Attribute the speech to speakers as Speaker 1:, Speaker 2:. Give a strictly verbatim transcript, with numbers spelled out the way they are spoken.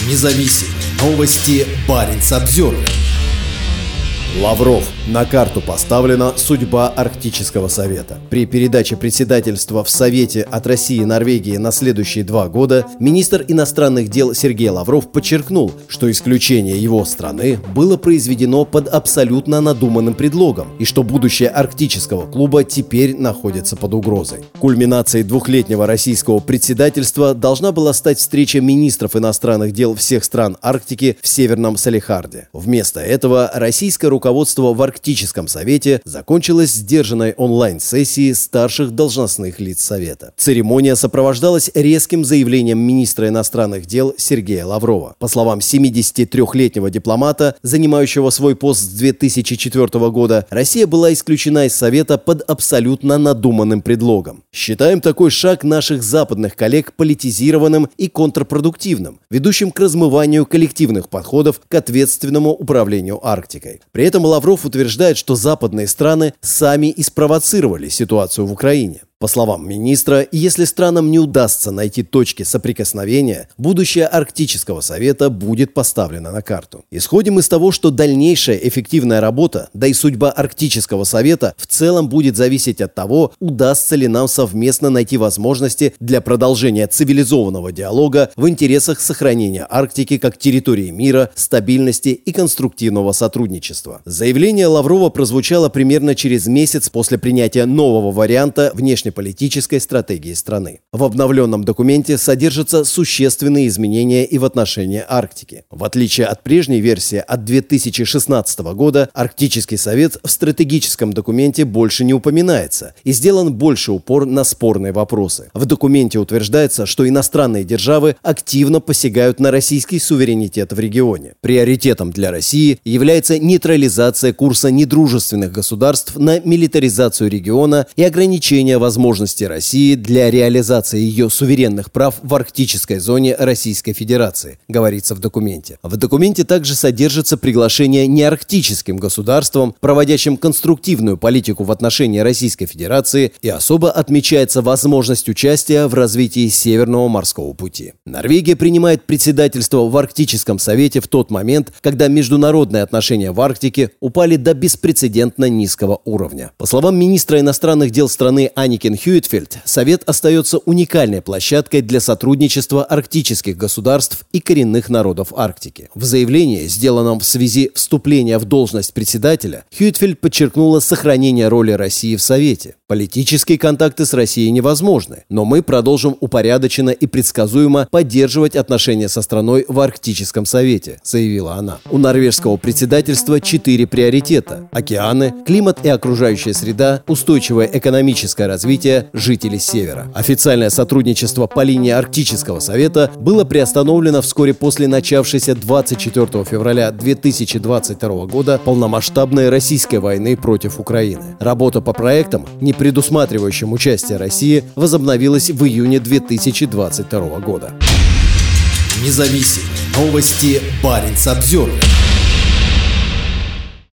Speaker 1: Независимые новости. Баренц-Обзервер. Лавров. На карту поставлена судьба Арктического совета. При передаче председательства в Совете от России и Норвегии на следующие два года министр иностранных дел Сергей Лавров подчеркнул, что исключение его страны было произведено под абсолютно надуманным предлогом и что будущее Арктического клуба теперь находится под угрозой. Кульминацией двухлетнего российского председательства должна была стать встреча министров иностранных дел всех стран Арктики в Северном Салехарде. Вместо этого российское руководство в Арктическом совете закончилось сдержанной онлайн-сессией старших должностных лиц Совета. Церемония сопровождалась резким заявлением министра иностранных дел Сергея Лаврова. По словам семидесятитрёхлетнего дипломата, занимающего свой пост с две тысячи четвёртого года, Россия была исключена из Совета под абсолютно надуманным предлогом. Считаем такой шаг наших западных коллег политизированным и контрпродуктивным, ведущим к размыванию коллективных подходов к ответственному управлению Арктикой. При этом Лавров утверждает, что западные страны сами и спровоцировали ситуацию в Украине. По словам министра, если странам не удастся найти точки соприкосновения, будущее Арктического совета будет поставлено на карту. Исходим из того, что дальнейшая эффективная работа, да и судьба Арктического совета в целом будет зависеть от того, удастся ли нам совместно найти возможности для продолжения цивилизованного диалога в интересах сохранения Арктики как территории мира, стабильности и конструктивного сотрудничества. Заявление Лаврова прозвучало примерно через месяц после принятия нового варианта внешнеполитической политической стратегии страны. В обновленном документе содержатся существенные изменения и в отношении Арктики. В отличие от прежней версии от две тысячи шестнадцатого года, Арктический совет в стратегическом документе больше не упоминается и сделан больше упор на спорные вопросы. В документе утверждается, что иностранные державы активно посягают на российский суверенитет в регионе. Приоритетом для России является нейтрализация курса недружественных государств на милитаризацию региона и ограничение возможностей возможности России для реализации ее суверенных прав в арктической зоне Российской Федерации, говорится в документе. В документе также содержится приглашение неарктическим государствам, проводящим конструктивную политику в отношении Российской Федерации, и особо отмечается возможность участия в развитии Северного морского пути. Норвегия принимает председательство в Арктическом совете в тот момент, когда международные отношения в Арктике упали до беспрецедентно низкого уровня. По словам министра иностранных дел страны Анникен Хюитфельд, Совет остается уникальной площадкой для сотрудничества арктических государств и коренных народов Арктики. В заявлении, сделанном в связи вступления в должность председателя, Хюитфельд подчеркнула сохранение роли России в Совете. Политические контакты с Россией невозможны, но мы продолжим упорядоченно и предсказуемо поддерживать отношения со страной в Арктическом совете, заявила она. У норвежского председательства четыре приоритета: океаны, климат и окружающая среда, устойчивое экономическое развитие, жители Севера. Официальное сотрудничество по линии Арктического совета было приостановлено вскоре после начавшейся двадцать четвёртого февраля две тысячи двадцать второго года полномасштабной российской войны против Украины. Работа по проектам, не предусматривающим участие России, возобновилась в июне две тысячи двадцать второго года. Независимые новости. Баренц-Обзервер.